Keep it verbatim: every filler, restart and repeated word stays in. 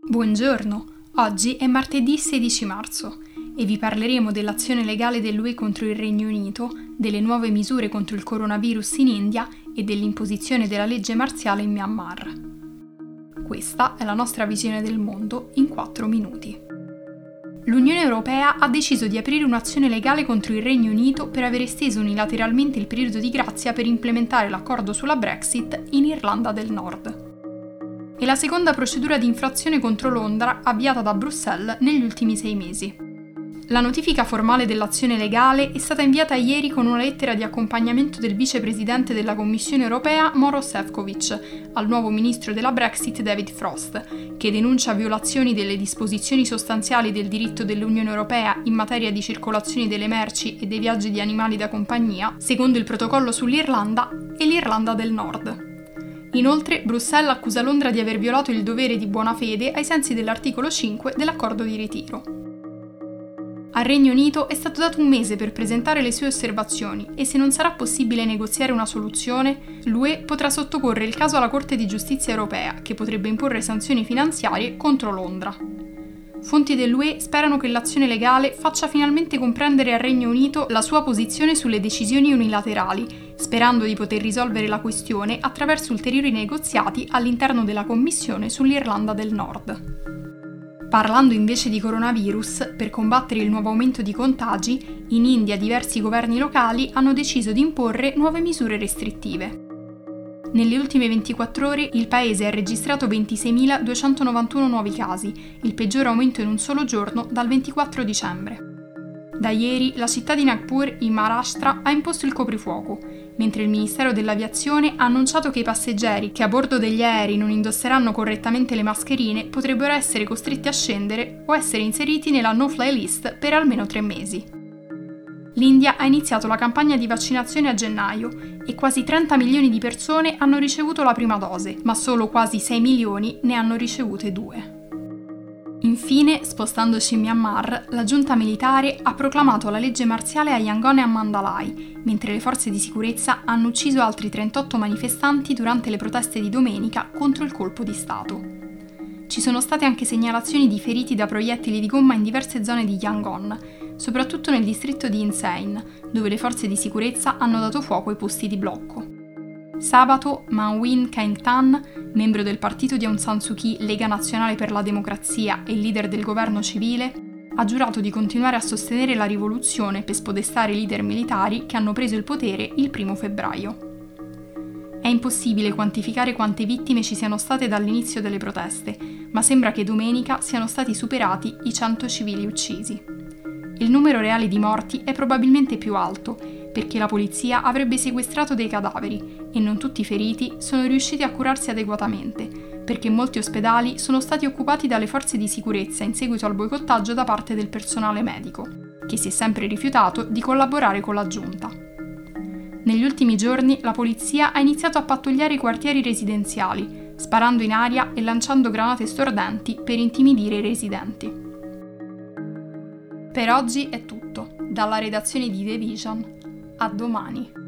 Buongiorno, oggi è martedì sedici marzo e vi parleremo dell'azione legale dell'U E contro il Regno Unito, delle nuove misure contro il coronavirus in India e dell'imposizione della legge marziale in Myanmar. Questa è la nostra visione del mondo in quattro minuti. L'Unione Europea ha deciso di aprire un'azione legale contro il Regno Unito per aver esteso unilateralmente il periodo di grazia per implementare l'accordo sulla Brexit in Irlanda del Nord. È la seconda procedura di infrazione contro Londra avviata da Bruxelles negli ultimi sei mesi. La notifica formale dell'azione legale è stata inviata ieri con una lettera di accompagnamento del vicepresidente della Commissione Europea Maroš Šefčovič al nuovo ministro della Brexit David Frost, che denuncia violazioni delle disposizioni sostanziali del diritto dell'Unione Europea in materia di circolazione delle merci e dei viaggi di animali da compagnia, secondo il protocollo sull'Irlanda e l'Irlanda del Nord. Inoltre, Bruxelles accusa Londra di aver violato il dovere di buona fede ai sensi dell'articolo cinque dell'accordo di ritiro. Al Regno Unito è stato dato un mese per presentare le sue osservazioni e se non sarà possibile negoziare una soluzione, l'U E potrà sottoporre il caso alla Corte di Giustizia Europea, che potrebbe imporre sanzioni finanziarie contro Londra. Fonti dell'U E sperano che l'azione legale faccia finalmente comprendere al Regno Unito la sua posizione sulle decisioni unilaterali, sperando di poter risolvere la questione attraverso ulteriori negoziati all'interno della Commissione sull'Irlanda del Nord. Parlando invece di coronavirus, per combattere il nuovo aumento di contagi, in India diversi governi locali hanno deciso di imporre nuove misure restrittive. Nelle ultime ventiquattro ore il paese ha registrato ventiseimiladuecentonovantuno nuovi casi, il peggior aumento in un solo giorno dal ventiquattro dicembre. Da ieri la città di Nagpur, in Maharashtra, ha imposto il coprifuoco, mentre il Ministero dell'Aviazione ha annunciato che i passeggeri che a bordo degli aerei non indosseranno correttamente le mascherine potrebbero essere costretti a scendere o essere inseriti nella no-fly list per almeno tre mesi. L'India ha iniziato la campagna di vaccinazione a gennaio e quasi trenta milioni di persone hanno ricevuto la prima dose, ma solo quasi sei milioni ne hanno ricevute due. Infine, spostandoci in Myanmar, la giunta militare ha proclamato la legge marziale a Yangon e a Mandalay, mentre le forze di sicurezza hanno ucciso altri trentotto manifestanti durante le proteste di domenica contro il colpo di Stato. Ci sono state anche segnalazioni di feriti da proiettili di gomma in diverse zone di Yangon, soprattutto nel distretto di Insein, dove le forze di sicurezza hanno dato fuoco ai posti di blocco. Sabato, Man Win Caint Tan, membro del partito di Aung San Suu Kyi Lega Nazionale per la Democrazia e leader del governo civile, ha giurato di continuare a sostenere la rivoluzione per spodestare i leader militari che hanno preso il potere il primo febbraio. È impossibile quantificare quante vittime ci siano state dall'inizio delle proteste, ma sembra che domenica siano stati superati i cento civili uccisi. Il numero reale di morti è probabilmente più alto, perché la polizia avrebbe sequestrato dei cadaveri e non tutti i feriti sono riusciti a curarsi adeguatamente, perché molti ospedali sono stati occupati dalle forze di sicurezza in seguito al boicottaggio da parte del personale medico, che si è sempre rifiutato di collaborare con la giunta. Negli ultimi giorni la polizia ha iniziato a pattugliare i quartieri residenziali, sparando in aria e lanciando granate stordenti per intimidire i residenti. Per oggi è tutto, dalla redazione di The Vision. A domani.